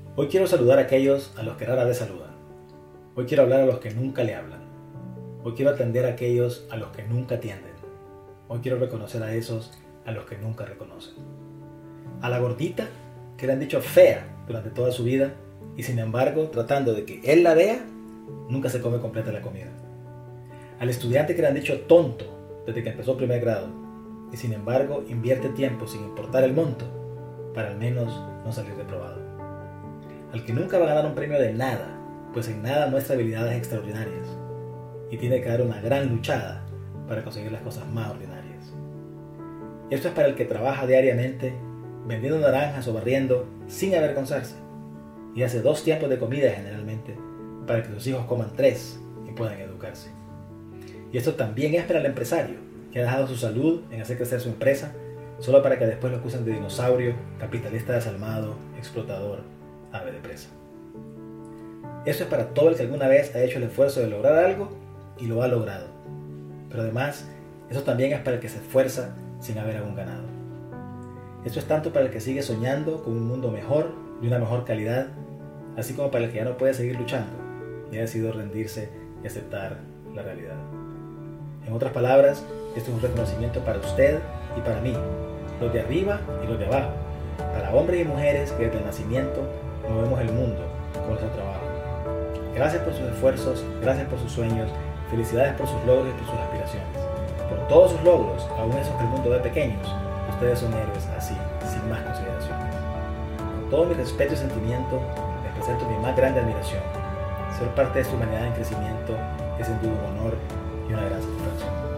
Hoy quiero saludar a aquellos a los que rara vez saludan. Hoy quiero hablar a los que nunca le hablan. Hoy quiero atender a aquellos a los que nunca atienden. Hoy quiero reconocer a esos a los que nunca reconocen. A la gordita que le han dicho fea durante toda su vida y sin embargo, tratando de que él la vea, nunca se come completa la comida. Al estudiante que le han dicho tonto desde que empezó primer grado y sin embargo invierte tiempo sin importar el monto para al menos no salir reprobado. Al que nunca va a ganar un premio de nada, pues en nada muestra habilidades extraordinarias y tiene que dar una gran luchada para conseguir las cosas más ordinarias. Esto es para el que trabaja diariamente vendiendo naranjas o barriendo sin avergonzarse y hace 2 tiempos de comida generalmente para que sus hijos coman 3 y puedan educarse. Y esto también es para el empresario que ha dejado su salud en hacer crecer su empresa solo para que después lo acusen de dinosaurio, capitalista desalmado, explotador, ave de presa. Esto es para todo el que alguna vez ha hecho el esfuerzo de lograr algo y lo ha logrado. Pero además, eso también es para el que se esfuerza sin haber aún ganado. Esto es tanto para el que sigue soñando con un mundo mejor, de una mejor calidad, así como para el que ya no puede seguir luchando y ha decidido rendirse y aceptar la realidad. En otras palabras, esto es un reconocimiento para usted y para mí, los de arriba y los de abajo, para hombres y mujeres que desde el nacimiento movemos el mundo con nuestro trabajo. Gracias por sus esfuerzos, gracias por sus sueños, felicidades por sus logros y por sus aspiraciones. Por todos sus logros, aún esos que el mundo ve pequeños, ustedes son héroes así, sin más consideraciones. Con todo mi respeto y sentimiento, les presento mi más grande admiración. Ser parte de su humanidad en crecimiento es sin duda un honor y una gran satisfacción.